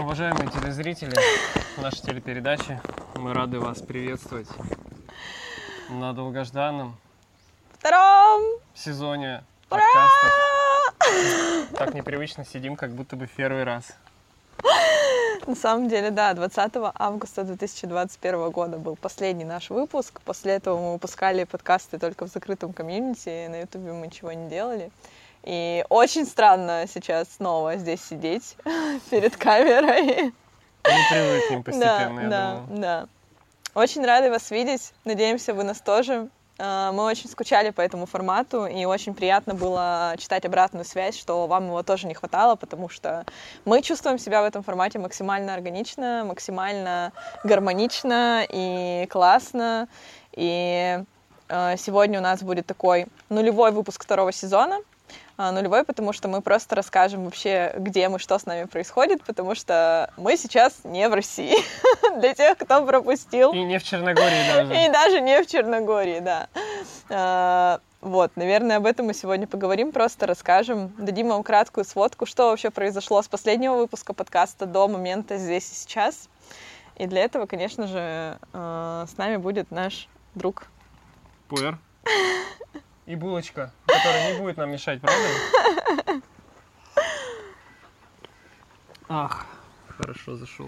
Уважаемые телезрители нашей телепередачи, мы рады вас приветствовать на долгожданном втором сезоне подкастов. Так непривычно сидим, как будто бы в первый раз. На самом деле, да, 20 августа 2021 года был последний наш выпуск. После этого мы выпускали подкасты только в закрытом комьюнити, на Ютубе мы ничего не делали. И очень странно сейчас снова здесь сидеть перед камерой. Мы привыкнем постепенно, я думаю. Да. Очень рады вас видеть. Надеемся, вы нас тоже. Мы очень скучали по этому формату, и очень приятно было читать обратную связь, что вам его тоже не хватало, потому что мы чувствуем себя в этом формате максимально органично, максимально гармонично и классно. И сегодня у нас будет такой нулевой выпуск второго сезона. Нулевой, потому что мы просто расскажем вообще, где мы, что с нами происходит, потому что мы сейчас не в России, для тех, кто пропустил. И не в Черногории даже. И даже не в Черногории, да. Вот, наверное, об этом мы сегодня поговорим, просто расскажем, дадим вам краткую сводку, что вообще произошло с последнего выпуска подкаста до момента здесь и сейчас. И для этого, конечно же, с нами будет наш друг Пуэр. И булочка, которая не будет нам мешать, правда? Ах, хорошо зашел.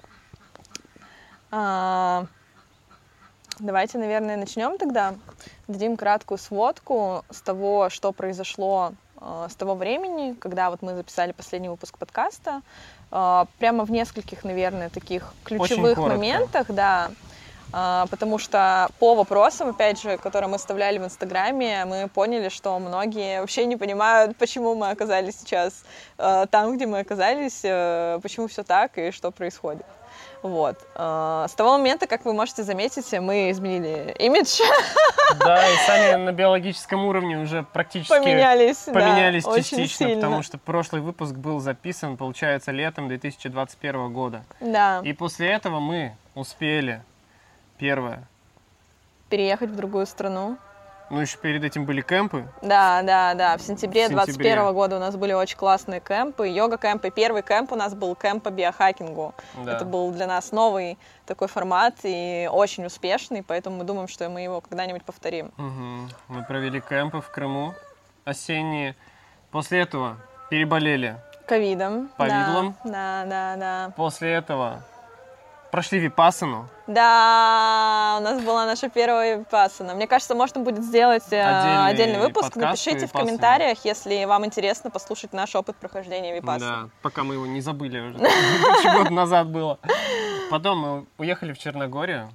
Давайте, наверное, начнем тогда. Дадим краткую сводку с того, что произошло с того времени, когда вот мы записали последний выпуск подкаста. Прямо в нескольких, наверное, таких ключевых моментах, да. Потому что по вопросам, опять же, которые мы оставляли в Инстаграме, мы поняли, что многие вообще не понимают, почему мы оказались сейчас там, где мы оказались, почему все так и что происходит. Вот. С того момента, как вы можете заметить, мы изменили имидж. Да, и сами на биологическом уровне уже практически поменялись да, частично, потому что прошлый выпуск был записан, получается, летом 2021 года. Да. И после этого мы успели... Первое. Переехать в другую страну. Ну, еще перед этим были кемпы. Да. В сентябре 2021 года у нас были очень классные кемпы, йога-кемпы. Первый кемп у нас был кемп по биохакингу. Да. Это был для нас новый такой формат и очень успешный, поэтому мы думаем, что мы его когда-нибудь повторим. Угу. Мы провели кемпы в Крыму осенние. После этого переболели ковидом. Повидлом. Да. После этого прошли випассану. Да, у нас была наша первая випассана. Мне кажется, можно будет сделать отдельный выпуск. Напишите в комментариях, если вам интересно послушать наш опыт прохождения випассаны. Да, пока мы его не забыли уже. 2 года назад было. Потом мы уехали в Черногорию.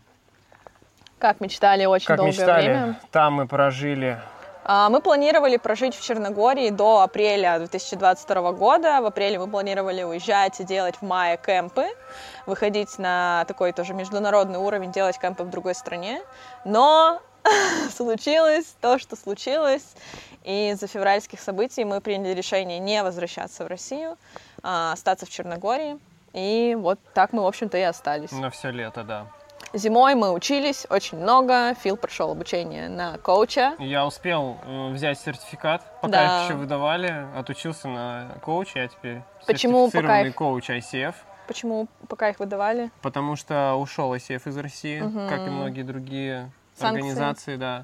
Как мечтали очень долгое время. Там мы прожили... Мы планировали прожить в Черногории до апреля 2022 года. В апреле мы планировали уезжать и делать в мае кемпы, выходить на такой тоже международный уровень, делать кемпы в другой стране. Но случилось то, что случилось. И из-за февральских событий мы приняли решение не возвращаться в Россию, а остаться в Черногории. И вот так мы, в общем-то, и остались. На все лето, да. Зимой мы учились очень много. Фил прошел обучение на коуча. Я успел взять сертификат, пока их еще выдавали. Отучился на коуча, я теперь сертифицированный коуч ICF. Почему пока их выдавали? Потому что ушел ICF из России, как и многие другие организации. Да.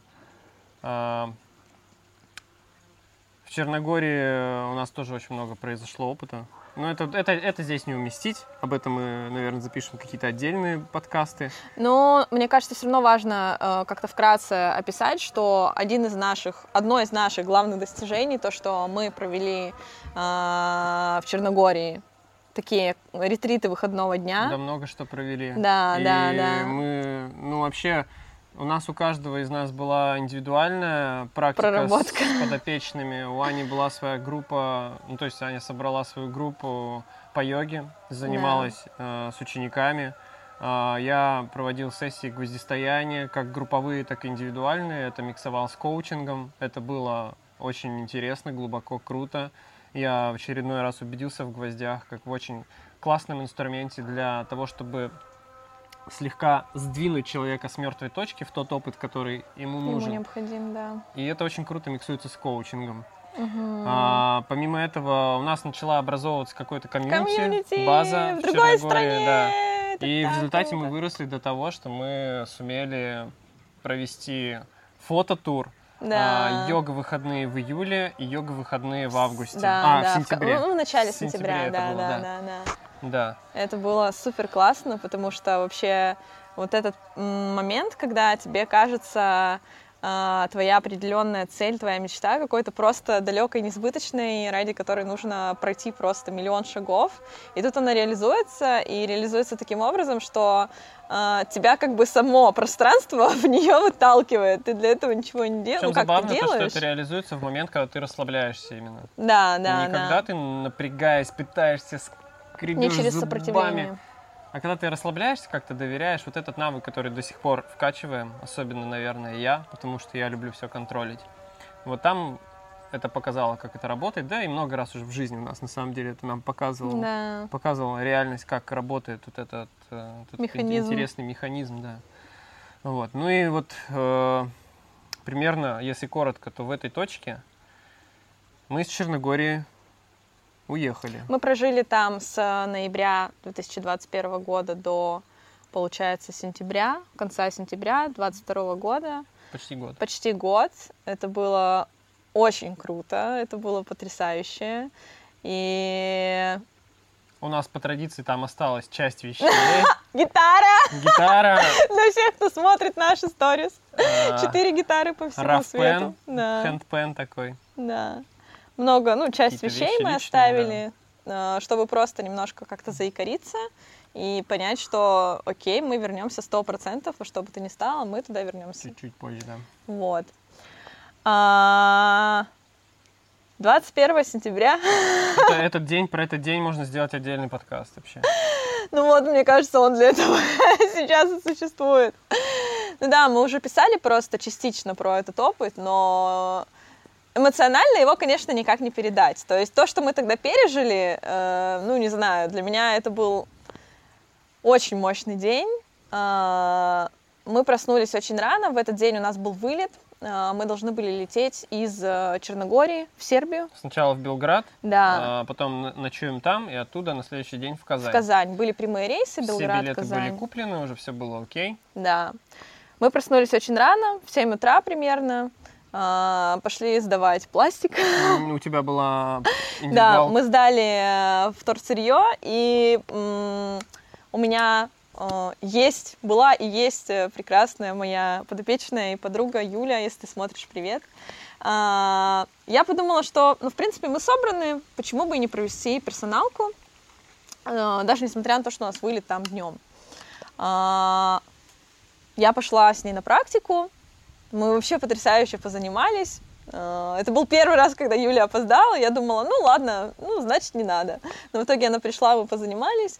В Черногории у нас тоже очень много произошло опыта. Но это здесь не уместить. Об этом мы, наверное, запишем какие-то отдельные подкасты. Но мне кажется, все равно важно как-то вкратце описать, что одно из наших главных достижений, то, что мы провели в Черногории такие ретриты выходного дня. Да, много что провели. Да. Мы, вообще... У нас у каждого из нас была индивидуальная практика с подопечными. У Ани была своя группа, то есть Аня собрала свою группу по йоге, занималась с учениками. Я проводил сессии гвоздистояния, как групповые, так и индивидуальные. Это миксовал с коучингом. Это было очень интересно, глубоко, круто. Я в очередной раз убедился в гвоздях, как в очень классном инструменте для того, чтобы слегка сдвинуть человека с мертвой точки в тот опыт, который ему нужен. Ему необходим, да. И это очень круто миксуется с коучингом. Помимо этого у нас начала образовываться какой-то комьюнити, база в другой стране. Да. И в результате мы выросли до того, что мы сумели провести фототур. Да. Йога-выходные в июле и йога-выходные в августе. В сентябре. В начале сентября, да. Да. Это было супер классно, потому что вообще вот этот момент, когда тебе кажется твоя определенная цель, твоя мечта какой-то просто далекой, несбыточной, ради которой нужно пройти просто миллион шагов. И тут она реализуется, и реализуется таким образом, что тебя как бы само пространство в нее выталкивает. Ты для этого ничего не делаешь. Причем забавно то, что это реализуется в момент, когда ты расслабляешься именно. Да. Не когда ты, напрягаясь, пытаешься, скребешь не через зубами. Сопротивление. А когда ты расслабляешься, как-то доверяешь, вот этот навык, который до сих пор вкачиваем, особенно, наверное, я, потому что я люблю все контролить. Вот там это показало, как это работает, да, и много раз уже в жизни у нас, на самом деле, это нам показывало реальность, как работает вот этот интересный механизм, да. Вот. Ну и вот примерно, если коротко, то в этой точке мы из Черногории уехали. Мы прожили там с ноября 2021 года до, получается, конца сентября 2022 года. Почти год. Это было очень круто, это было потрясающе. И у нас по традиции там осталась часть вещей. Гитара! Для всех, кто смотрит наши сторис. 4 гитары по всему свету. Хэндпен такой. Да. Много, часть вещей мы оставили, чтобы просто немножко как-то заикариться и понять, что окей, мы вернемся 100%, во что бы то ни стало, мы туда вернемся. Чуть-чуть позже, да. Вот. 21 сентября. Про этот день можно сделать отдельный подкаст вообще. Мне кажется, он для этого сейчас и существует. Мы уже писали просто частично про этот опыт, но эмоционально его, конечно, никак не передать. То есть то, что мы тогда пережили, не знаю, для меня это был очень мощный день. Мы проснулись очень рано, в этот день у нас был вылет. Мы должны были лететь из Черногории в Сербию. Сначала в Белград, да. Потом ночуем там, и оттуда на следующий день в Казань. В Казань. Были прямые рейсы, Белград, Все билеты Казань. были куплены, уже все было окей. Да. Мы проснулись очень рано, в 7 утра примерно. Пошли сдавать пластик. У тебя была индивидуалка? Да, мы сдали вторсырье, и у меня была и есть прекрасная моя подопечная и подруга Юля, если ты смотришь, привет. Я подумала, что, в принципе, мы собраны, почему бы и не провести персоналку, даже несмотря на то, что у нас вылет там днем. Я пошла с ней на практику, мы вообще потрясающе позанимались. Это был первый раз, когда Юля опоздала, я думала, ладно, значит, не надо. Но в итоге она пришла, мы позанимались.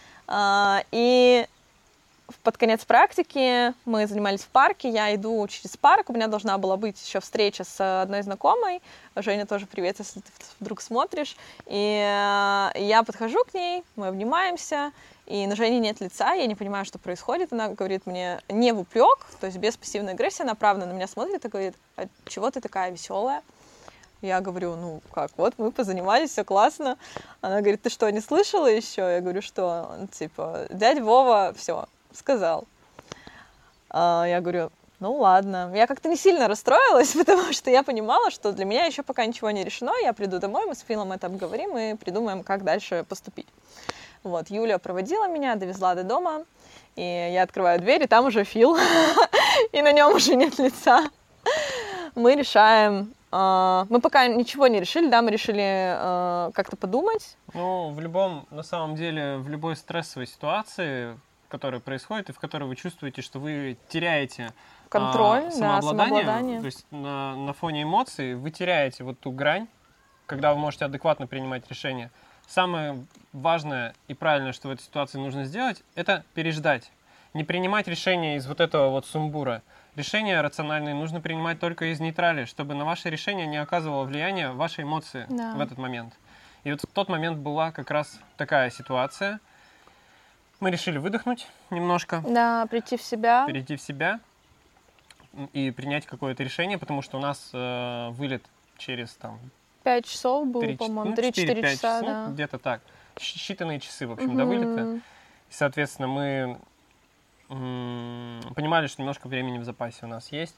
И под конец практики мы занимались в парке, я иду через парк, у меня должна была быть еще встреча с одной знакомой, Женя, тоже привет, если ты вдруг смотришь, и я подхожу к ней, мы обнимаемся, и на Жене нет лица, я не понимаю, что происходит, она говорит мне не в упрек, то есть без пассивной агрессии, она правда на меня смотрит и говорит, а чего ты такая веселая? Я говорю, вот мы позанимались, все классно. Она говорит, ты что, не слышала еще? Я говорю, что? Дядя Вова все сказал. Я говорю, ладно. Я как-то не сильно расстроилась, потому что я понимала, что для меня еще пока ничего не решено. Я приду домой, мы с Филом это обговорим и придумаем, как дальше поступить. Вот, Юля проводила меня, довезла до дома, и я открываю дверь, и там уже Фил, и на нем уже нет лица. Мы решаем... Мы пока ничего не решили, мы решили как-то подумать. На самом деле, в любой стрессовой ситуации, которая происходит, и в которой вы чувствуете, что вы теряете контроль, самообладание, то есть на фоне эмоций вы теряете вот ту грань, когда вы можете адекватно принимать решения. Самое важное и правильное, что в этой ситуации нужно сделать, это переждать. Не принимать решения из вот этого вот сумбура. Решения рациональные нужно принимать только из нейтрали, чтобы на ваше решение не оказывало влияния ваши эмоции в этот момент. И вот в тот момент была как раз такая ситуация. Мы решили выдохнуть немножко. Да, прийти в себя. И принять какое-то решение, потому что у нас вылет через 5 часов было, по-моему, 3-4 часа, да. Где-то так. Считанные часы, в общем, до вылета. И, соответственно, мы понимали, что немножко времени в запасе у нас есть.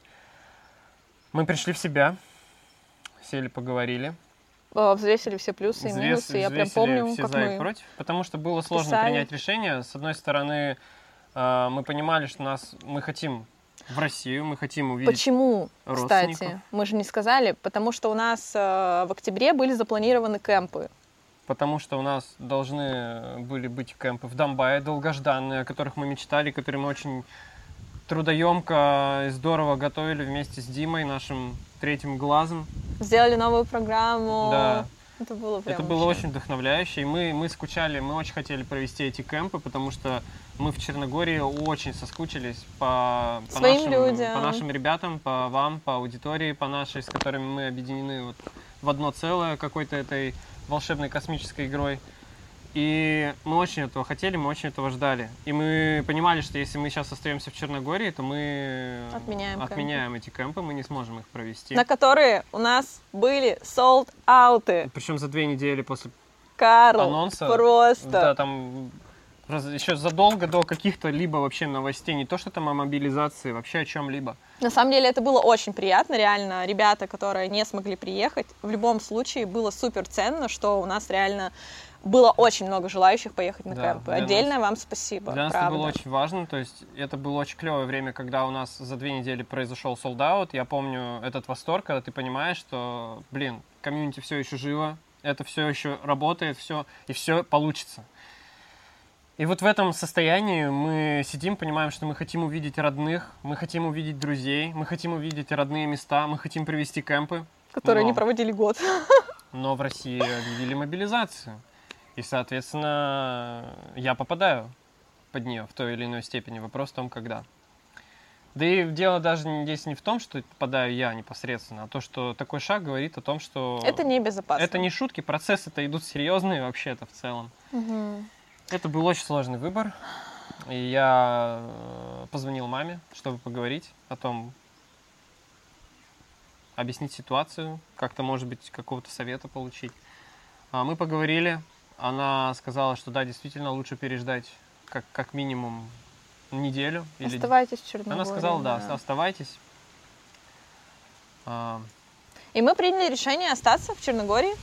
Мы пришли в себя, сели, поговорили. Взвесили все плюсы и минусы. Я прям помню, все как за мы и против, потому что было сложно принять решение. С одной стороны, мы понимали, что мы хотим в Россию, мы хотим увидеть Почему, кстати? Мы же не сказали, потому что у нас в октябре были запланированы кемпы. Потому что у нас должны были быть кемпы в Домбае, долгожданные, о которых мы мечтали, которые мы очень трудоемко и здорово готовили вместе с Димой, нашим третьим глазом. Сделали новую программу. Да. Это было очень вдохновляюще. И мы скучали, мы очень хотели провести эти кемпы, потому что мы в Черногории очень соскучились по нашим ребятам, по вам, по аудитории, по нашей, с которыми мы объединены вот в одно целое какой-то этой волшебной космической игрой. И мы очень этого хотели, мы очень этого ждали. И мы понимали, что если мы сейчас остаемся в Черногории, то мы отменяем эти кемпы, мы не сможем их провести. На которые у нас были sold-ауты. Причем за 2 недели после анонса. Просто. Да, там еще задолго до каких-то либо вообще новостей, не то что там о мобилизации, вообще о чем-либо. На самом деле это было очень приятно, реально. Ребята, которые не смогли приехать, в любом случае было супер ценно, что у нас реально было очень много желающих поехать на кемпы. Отдельно вам спасибо. Для нас это было очень важно, то есть это было очень клевое время, когда у нас за 2 недели произошел солд-аут. Я помню этот восторг, когда ты понимаешь, что, комьюнити все еще живо, это все еще работает, и все получится. И вот в этом состоянии мы сидим, понимаем, что мы хотим увидеть родных, мы хотим увидеть друзей, мы хотим увидеть родные места, мы хотим провести кемпы. Которые не проводили год. Но в России объявили мобилизацию. И, соответственно, я попадаю под нее в той или иной степени. Вопрос в том, когда. Да и дело даже здесь не в том, что попадаю я непосредственно, а то, что такой шаг говорит о том, что... Это небезопасно. Это не шутки, процессы-то идут серьезные вообще-то в целом. Угу. Это был очень сложный выбор. И я позвонил маме, чтобы поговорить о том, объяснить ситуацию, как-то, может быть, какого-то совета получить. Мы поговорили. Она сказала, что да, действительно, лучше переждать как минимум неделю. Оставайтесь в Черногории. Она сказала, да, оставайтесь. И мы приняли решение остаться в Черногории.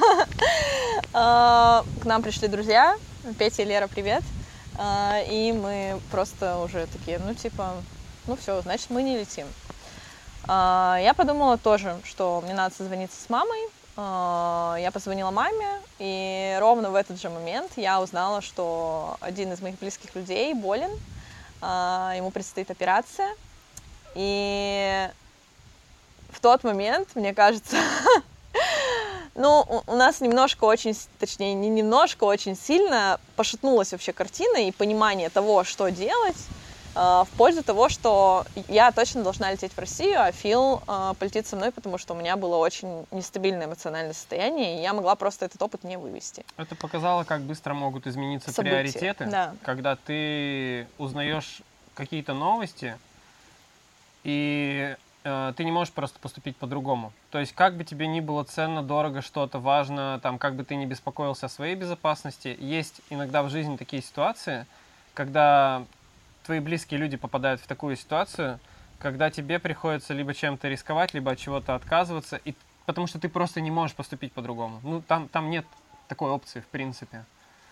К нам пришли друзья, Петя и Лера, привет. И мы просто уже такие, все, значит, мы не летим. Я подумала тоже, что мне надо созвониться с мамой. Я позвонила маме, и ровно в этот же момент я узнала, что один из моих близких людей болен, ему предстоит операция. И в тот момент, мне кажется, у нас немножко очень, точнее, не немножко, очень сильно пошатнулась вообще картина и понимание того, что делать, в пользу того, что я точно должна лететь в Россию, а Фил полетит со мной, потому что у меня было очень нестабильное эмоциональное состояние, и я могла просто этот опыт не вывести. Это показало, как быстро могут измениться приоритеты, когда ты узнаешь какие-то новости, и ты не можешь просто поступить по-другому. То есть, как бы тебе ни было ценно, дорого, что-то важно, как бы ты ни беспокоился о своей безопасности, есть иногда в жизни такие ситуации, когда твои близкие люди попадают в такую ситуацию, когда тебе приходится либо чем-то рисковать, либо от чего-то отказываться, потому что ты просто не можешь поступить по-другому. Там нет такой опции, в принципе.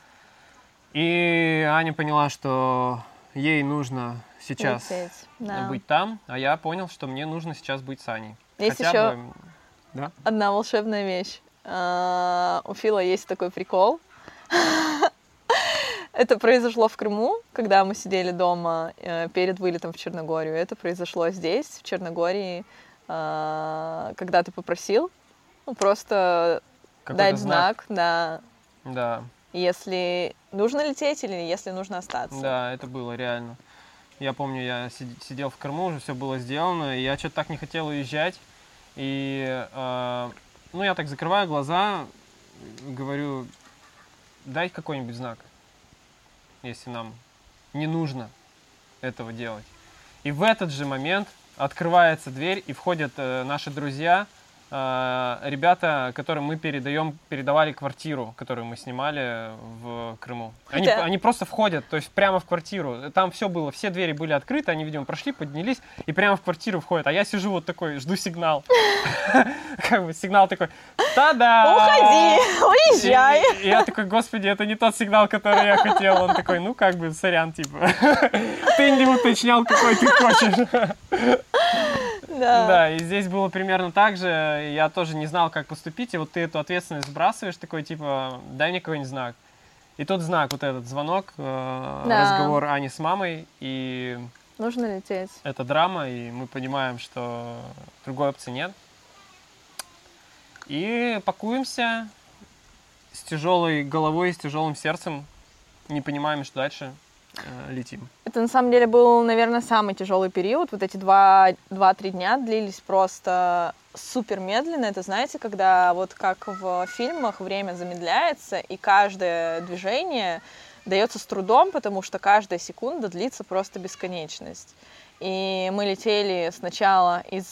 И Аня поняла, что ей нужно сейчас быть там, а я понял, что мне нужно сейчас быть с Аней. Есть еще одна волшебная вещь. У Фила есть такой прикол. Это произошло в Крыму, когда мы сидели дома перед вылетом в Черногорию. Это произошло здесь, в Черногории, когда ты попросил просто дать знак, да. Если нужно лететь или если нужно остаться. Да, это было реально. Я помню, я сидел в Крыму, уже все было сделано, и я что-то так не хотел уезжать. И я так закрываю глаза, говорю, дай какой-нибудь знак, если нам не нужно этого делать. И в этот же момент открывается дверь, и входят наши друзья, ребята, которым мы передавали квартиру, которую мы снимали в Крыму. Они просто входят, то есть прямо в квартиру. Там все было, все двери были открыты, они, видимо, прошли, поднялись и прямо в квартиру входят. А я сижу вот такой, жду сигнал. Как бы сигнал такой, та-да! Уходи, уезжай! И я такой, господи, это не тот сигнал, который я хотел. Он такой, ну как бы, сорян, типа. Ты не уточнял, какой ты хочешь. Да, и здесь было примерно так же. Я тоже не знал, как поступить. И вот ты эту ответственность сбрасываешь, такой, типа, дай мне какой-нибудь знак. И тут знак, вот этот звонок, разговор Ани с мамой. И нужно лететь. Это драма, и мы понимаем, что другой опции нет. И пакуемся с тяжелой головой, с тяжелым сердцем. Не понимаем, что дальше. Летим. Это на самом деле был, наверное, самый тяжелый период. Вот эти 2-3 дня длились просто супер медленно. Это, знаете, когда вот как в фильмах время замедляется, и каждое движение дается с трудом, потому что каждая секунда длится просто бесконечность. И мы летели сначала из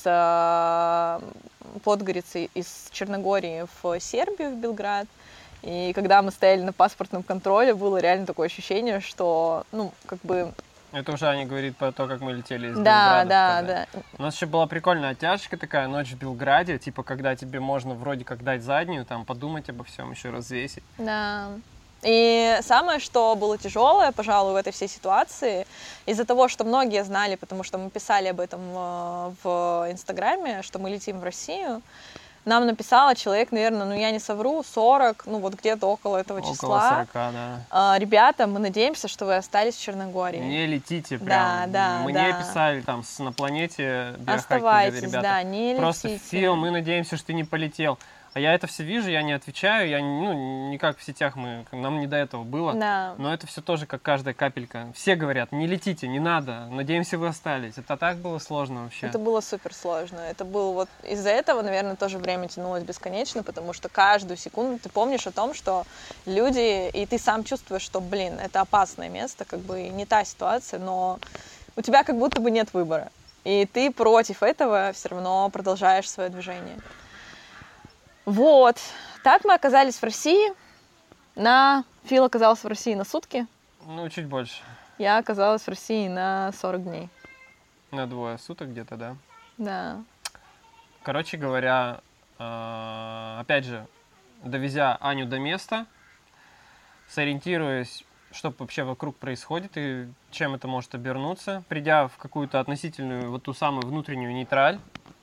Подгорицы, из Черногории в Сербию, в Белград. И когда мы стояли на паспортном контроле, было реально такое ощущение, что, ну, как бы... Это уже Аня говорит про то, как мы летели из Белграда. Да. У нас еще была прикольная оттяжка такая, ночь в Белграде, типа, когда тебе можно вроде как дать заднюю, там, подумать обо всем, еще развесить. Да. И самое, что было тяжелое, пожалуй, в этой всей ситуации, из-за того, что многие знали, потому что мы писали об этом в Инстаграме, что мы летим в Россию, нам написало человек, наверное, ну я не совру, 40, ну вот где-то около этого числа. Около 40, да. Ребята, мы надеемся, что вы остались в Черногории. Не летите прям. Мне писали там на планете. Оставайтесь, ребята. Да, не просто летите. Фил, мы надеемся, что ты не полетел. А я это все вижу, я не отвечаю, я никак в сетях нам не до этого было. Да. Но это все тоже как каждая капелька. Все говорят, не летите, не надо, надеемся, вы остались. Это так было сложно вообще. Это было супер сложно. Это было вот из-за этого, наверное, тоже время тянулось бесконечно, потому что каждую секунду ты помнишь о том, что люди, и ты сам чувствуешь, что, блин, это опасное место, как бы не та ситуация, но у тебя как будто бы нет выбора. И ты против этого все равно продолжаешь свое движение. Вот. Так мы оказались в России. Фил оказался в России на сутки. Ну, чуть больше. Я оказалась в России на 40 дней. На 2 суток где-то, да? Да. Короче говоря, опять же, довезя Аню до места, сориентируясь, что вообще вокруг происходит и чем это может обернуться, придя в какую-то относительную, вот ту самую внутреннюю нейтраль,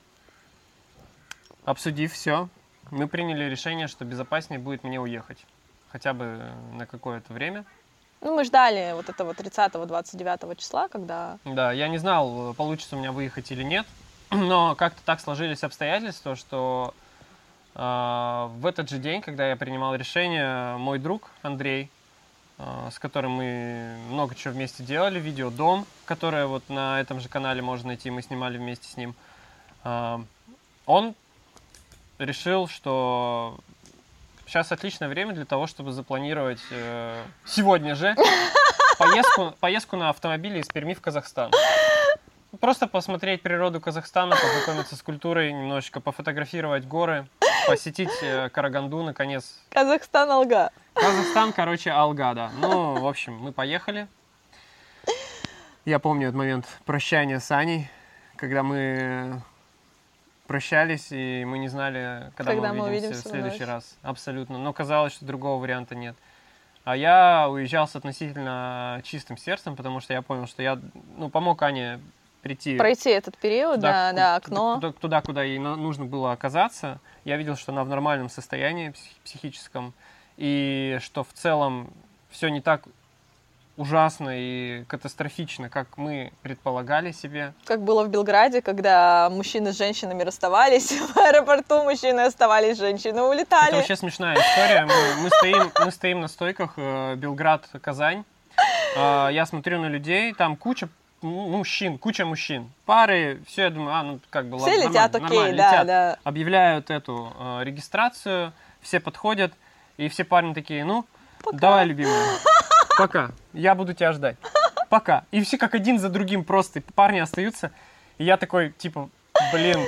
обсудив все, мы приняли решение, что безопаснее будет мне уехать. Хотя бы на какое-то время. Ну, мы ждали вот этого 30-29 числа, когда... Да, я не знал, получится у меня выехать или нет. Но как-то так сложились обстоятельства, что в этот же день, когда я принимал решение, мой друг Андрей, с которым мы много чего вместе делали, видео «Дом», которое вот на этом же канале можно найти, мы снимали вместе с ним, он решил, что сейчас отличное время для того, чтобы запланировать сегодня же поездку на автомобиле из Перми в Казахстан. Просто посмотреть природу Казахстана, познакомиться с культурой, немножечко пофотографировать горы, посетить Караганду, наконец. Казахстан, Алга. Казахстан, короче, Алга, да. Ну, в общем, мы поехали. Я помню этот момент прощания с Аней, когда мы прощались, и мы не знали, когда мы увидимся в следующий раз. Абсолютно. Но казалось, что другого варианта нет. А я уезжал с относительно чистым сердцем, потому что я понял, что я помог Ане пройти этот период, окно. Туда, куда ей нужно было оказаться. Я видел, что она в нормальном состоянии психическом, и что в целом все не так ужасно и катастрофично, как мы предполагали себе. Как было в Белграде, когда мужчины с женщинами расставались, в аэропорту мужчины оставались, женщины улетали. Это вообще смешная история. Мы стоим на стойках Белград-Казань. Я смотрю на людей, там куча мужчин, пары, все, я думаю, все летят, окей, да. Объявляют эту регистрацию, все подходят, и все парни такие, пока. Давай, любимая, пока, я буду тебя ждать, пока. И все как один за другим просто, парни остаются, и я такой, типа, блин,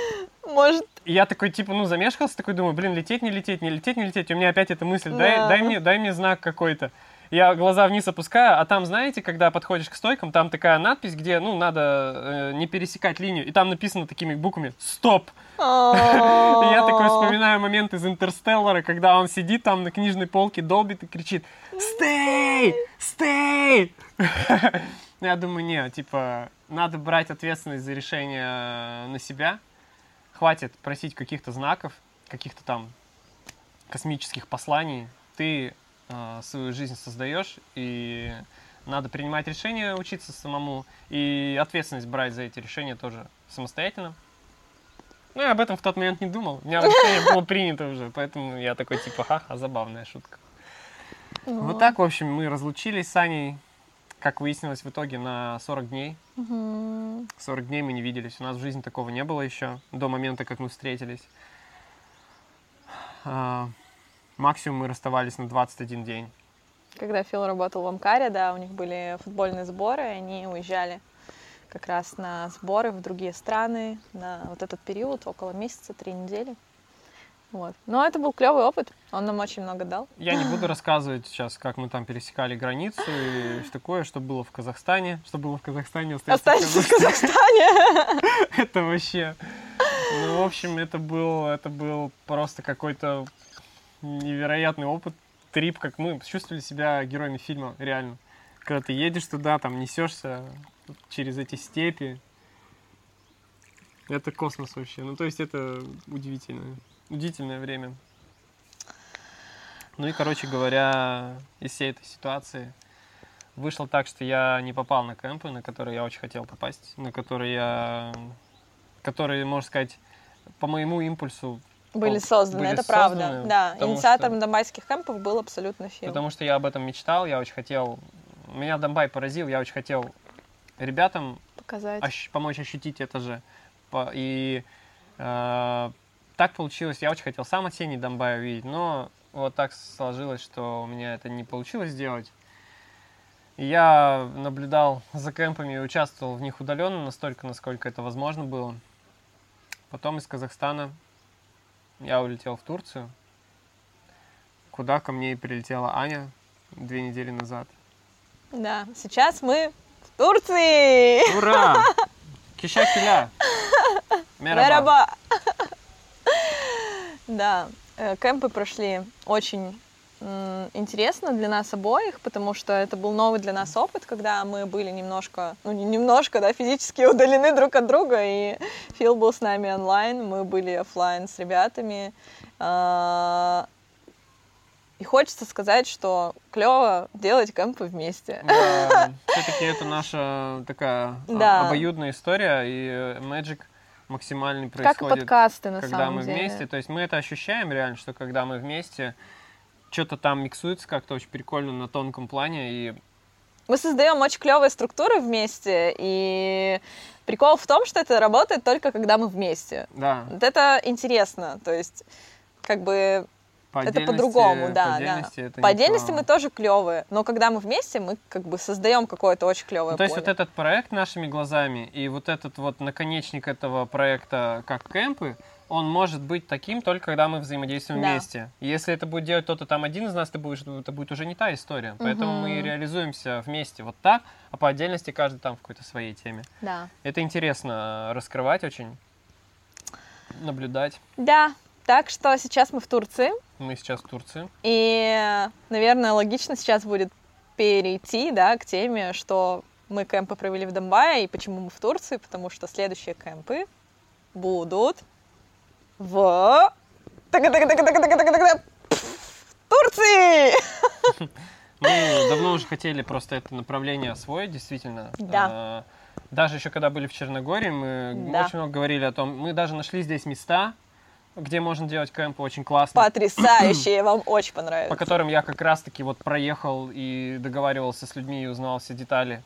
Может. И я такой, типа, ну, замешкался, такой думаю, блин, лететь, не лететь, не лететь, не лететь. И у меня опять эта мысль, дай мне знак какой-то. Я глаза вниз опускаю, а там, знаете, когда подходишь к стойкам, там такая надпись, где, ну, надо не пересекать линию. И там написано такими буквами «Стоп!». Я такой вспоминаю момент из «Интерстеллара», когда он сидит там на книжной полке, долбит и кричит «Stay! Stay!». Я думаю, не, типа, надо брать ответственность за решение на себя. Хватит просить каких-то знаков, каких-то там космических посланий. Ты свою жизнь создаешь, и надо принимать решения, учиться самому, и ответственность брать за эти решения тоже самостоятельно. Ну, я об этом в тот момент не думал. У меня решение было принято уже, поэтому я такой, типа, ха-ха, забавная шутка. Вот так, в общем, мы разлучились с Аней, как выяснилось в итоге, на 40 дней. 40 дней мы не виделись. У нас в жизни такого не было еще, до момента, как мы встретились. Максимум мы расставались на 21 день. Когда Фил работал в Амкаре, да, у них были футбольные сборы, и они уезжали как раз на сборы в другие страны на вот этот период, около месяца, 3 недели. Вот. Но это был клевый опыт, он нам очень много дал. Я не буду рассказывать сейчас, как мы там пересекали границу и что такое, что было в Казахстане. Что было в Казахстане, останется в Казахстане. Это вообще... Ну, в общем, это был просто какой-то невероятный опыт, трип, как мы чувствовали себя героями фильма, реально. Когда ты едешь туда, там несешься через эти степи. Это космос вообще. Ну, то есть это удивительное время. Ну и, короче говоря, из всей этой ситуации вышло так, что я не попал на кемпы, на которые я очень хотел попасть, на которые можно сказать, по моему импульсу были созданы, это правда. Да, инициатором донбайских кемпов был абсолютно Фил. Потому что я об этом мечтал, я очень хотел... Меня Донбай поразил, я очень хотел ребятам помочь ощутить это же. И так получилось, я очень хотел сам осенний Донбай увидеть, но вот так сложилось, что у меня это не получилось сделать. И я наблюдал за кемпами и участвовал в них удаленно, настолько, насколько это возможно было. Потом из Казахстана я улетел в Турцию, куда ко мне и прилетела Аня 2 недели назад. Да, сейчас мы в Турции! Ура! Киша-киля! Мераба! Да, кемпы прошли очень интересно для нас обоих, потому что это был новый для нас опыт, когда мы были немножко, физически удалены друг от друга, и Фил был с нами онлайн, мы были офлайн с ребятами. И хочется сказать, что клево делать кемпы вместе. Да, все-таки это наша такая обоюдная история, и Magic максимальный происходит, как и подкасты, на когда самом мы деле. вместе. То есть мы это ощущаем реально, что когда мы вместе, что-то там миксуется как-то очень прикольно на тонком плане. И мы создаем очень клевые структуры вместе, и прикол в том, что это работает только когда мы вместе. Да. Вот это интересно, то есть как бы это по-другому, да. По отдельности мы тоже клевые, но когда мы вместе, мы как бы создаем какое-то очень клевое поле. То есть вот этот проект нашими глазами и вот этот вот наконечник этого проекта, как кемпы, он может быть таким только когда мы взаимодействуем вместе. Если это будет делать кто-то там один из нас, это будет уже не та история. Поэтому мы реализуемся вместе вот так, а по отдельности каждый там в какой-то своей теме. Да. Это интересно раскрывать очень, наблюдать. Да. Так что сейчас мы в Турции. Мы сейчас в Турции. И, наверное, логично сейчас будет перейти, да, к теме, что мы кемпы провели в Донбайе и почему мы в Турции, потому что следующие кемпы будут в Турции! Мы давно уже хотели просто это направление освоить, действительно. Да. Даже еще когда были в Черногории, мы очень много говорили о том, мы даже нашли здесь места, где можно делать кемпы очень классно. Потрясающие, вам очень понравится. По которым я как раз-таки вот проехал и договаривался с людьми и узнал все детали.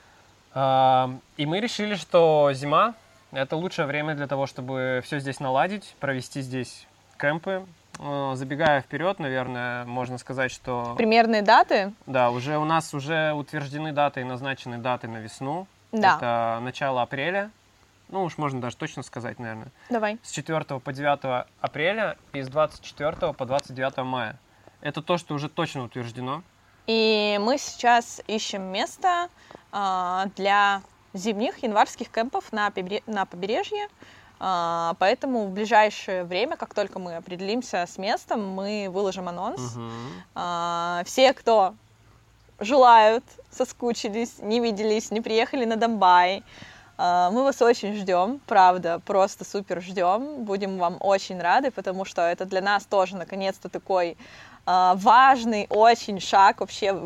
И мы решили, что зима — это лучшее время для того, чтобы все здесь наладить, провести здесь кемпы. Забегая вперед, наверное, можно сказать, что... Примерные даты? Да, у нас уже утверждены даты и назначены даты на весну. Да. Это начало апреля ну уж можно даже точно сказать, наверное. Давай. С 4 по 9 апреля и с 24 по 29 мая. Это то, что уже точно утверждено. И мы сейчас ищем место для зимних январских кемпов на побережье. Поэтому в ближайшее время, как только мы определимся с местом, мы выложим анонс. Все, кто желают, соскучились, не виделись, не приехали на Домбай, мы вас очень ждем, правда, просто супер ждем. Будем вам очень рады, потому что это для нас тоже наконец-то такой важный очень шаг вообще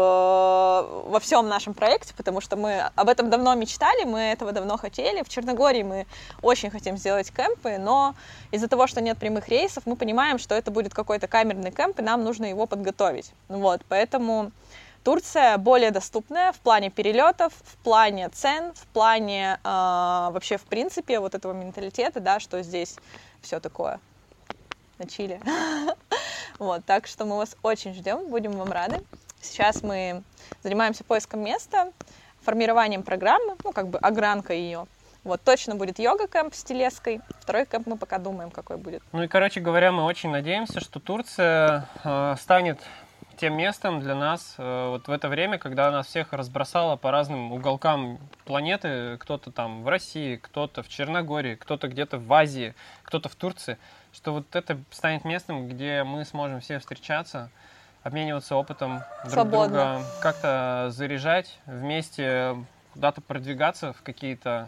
во всем нашем проекте, потому что мы об этом давно мечтали, мы этого давно хотели. В Черногории мы очень хотим сделать кемпы, но из-за того, что нет прямых рейсов, мы понимаем, что это будет какой-то камерный кемп, и нам нужно его подготовить. Вот, поэтому Турция более доступная в плане перелетов, в плане цен, в плане вообще в принципе вот этого менталитета, да, что здесь все такое на чиле. Вот, так что мы вас очень ждем, будем вам рады. Сейчас мы занимаемся поиском места, формированием программы, ну, как бы огранкой ее. Вот, точно будет йога-кэмп с телеской. Второй кэмп мы пока думаем, какой будет. Ну и, короче говоря, мы очень надеемся, что Турция станет тем местом для нас вот в это время, когда нас всех разбросало по разным уголкам планеты, кто-то там в России, кто-то в Черногории, кто-то где-то в Азии, кто-то в Турции, что вот это станет местом, где мы сможем все встречаться, обмениваться опытом друг друга, как-то заряжать, вместе куда-то продвигаться в какие-то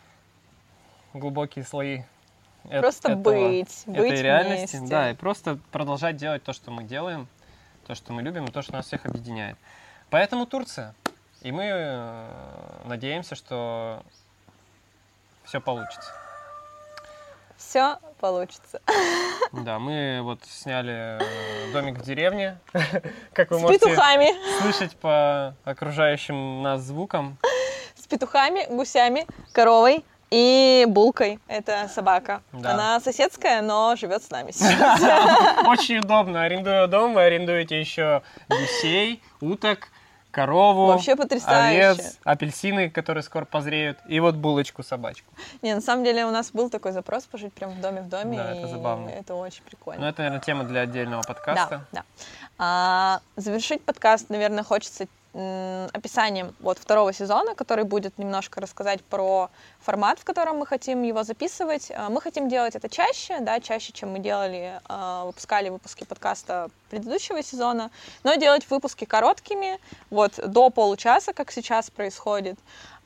глубокие слои просто быть реальности, вместе. Да, и просто продолжать делать то, что мы делаем, то, что мы любим, и то, что нас всех объединяет. Поэтому Турция. И мы надеемся, что все получится. Все получится. Да, мы вот сняли домик в деревне, как вы с можете петухами. Слышать по окружающим нас звукам. С петухами, гусями, коровой и булкой. Это собака. Да. Она соседская, но живет с нами сейчас. Очень удобно. Арендуя дом, вы арендуете еще гусей, уток, корову, вообще потрясающе. Овец, апельсины, которые скоро позреют, и вот булочку собачку. Не, на самом деле у нас был такой запрос пожить прямо в доме. Да, это забавно. Это очень прикольно. Ну, это, наверное, тема для отдельного подкаста. Да. Завершить подкаст, наверное, хочется описанием вот второго сезона, который будет немножко рассказать про формат, в котором мы хотим его записывать. Мы хотим делать это чаще, да, чаще, чем мы выпускали выпуски подкаста предыдущего сезона, но делать выпуски короткими, вот до получаса, как сейчас происходит,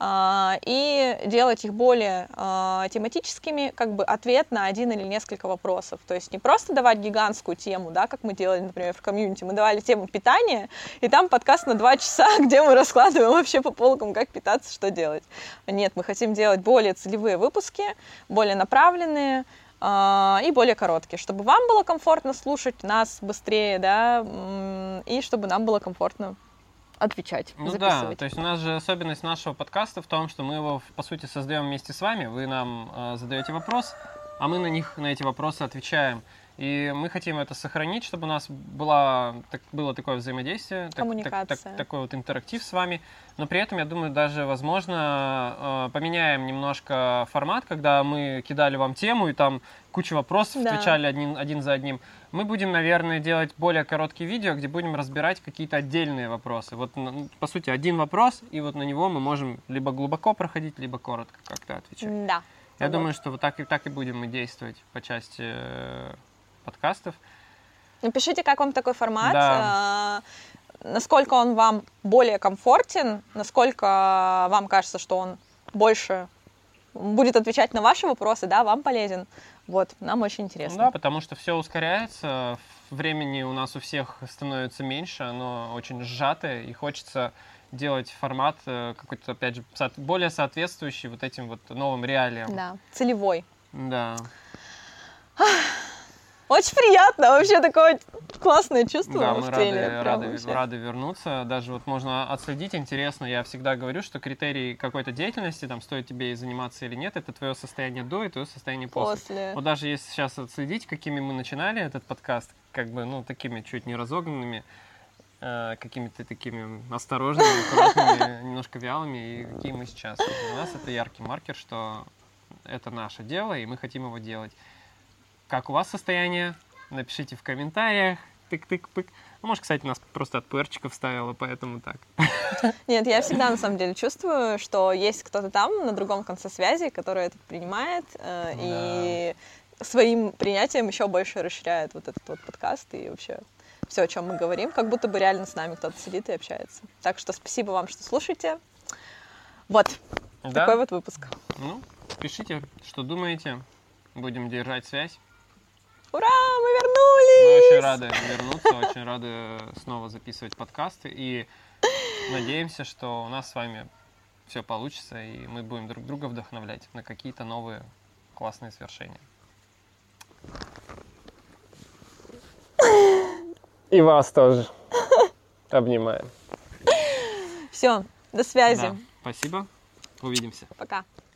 и делать их более тематическими, как бы ответ на один или несколько вопросов. То есть не просто давать гигантскую тему, да, как мы делали, например, в комьюнити, мы давали тему питания, и там подкаст на 2 часа, где мы раскладываем вообще по полкам, как питаться, что делать. Нет, мы хотим делать более целевые выпуски, более направленные и более короткие, чтобы вам было комфортно слушать нас быстрее, да, и чтобы нам было комфортно отвечать, записывать. Да, то есть у нас же особенность нашего подкаста в том, что мы его, по сути, создаем вместе с вами. Вы нам задаете вопрос, а мы на эти вопросы отвечаем. И мы хотим это сохранить, чтобы у нас было такое взаимодействие, коммуникация. такой вот интерактив с вами. Но при этом, я думаю, даже, возможно, поменяем немножко формат, когда мы кидали вам тему, и там куча вопросов, отвечали один за одним. Мы будем, наверное, делать более короткие видео, где будем разбирать какие-то отдельные вопросы. Вот, по сути, один вопрос, и вот на него мы можем либо глубоко проходить, либо коротко как-то отвечать. Да. Я думаю, что вот так и будем мы действовать по части подкастов. Напишите, как вам такой формат, да. Насколько он вам более комфортен, насколько вам кажется, что он больше будет отвечать на ваши вопросы, да, вам полезен. Вот, нам очень интересно. Да, потому что все ускоряется, времени у нас у всех становится меньше, оно очень сжатое, и хочется делать формат какой-то, опять же, более соответствующий вот этим вот новым реалиям. Да, целевой. Да. Очень приятно, вообще такое классное чувство. Да, мы рады вернуться. Даже вот можно отследить, интересно, я всегда говорю, что критерий какой-то деятельности, там, стоит тебе и заниматься или нет, это твое состояние до и твое состояние после. Вот даже если сейчас отследить, какими мы начинали этот подкаст, как бы, ну, такими чуть не разогнанными, какими-то такими осторожными, аккуратными, немножко вялыми, и какие мы сейчас. Для нас это яркий маркер, что это наше дело, и мы хотим его делать. Как у вас состояние? Напишите в комментариях. Тык-тык-пык. Ну, может, кстати, нас просто от ПРчиков ставило, поэтому так. Нет, я всегда, на самом деле, чувствую, что есть кто-то там, на другом конце связи, который это принимает, и своим принятием еще больше расширяет вот этот вот подкаст и вообще все, о чем мы говорим, как будто бы реально с нами кто-то сидит и общается. Так что спасибо вам, что слушаете. Вот, такой вот выпуск. Ну, пишите, что думаете. Будем держать связь. Ура, мы вернулись! Мы очень рады вернуться, очень рады снова записывать подкасты. И надеемся, что у нас с вами все получится, и мы будем друг друга вдохновлять на какие-то новые классные свершения. И вас тоже. Обнимаем. Все, до связи. Да, спасибо. Увидимся. Пока.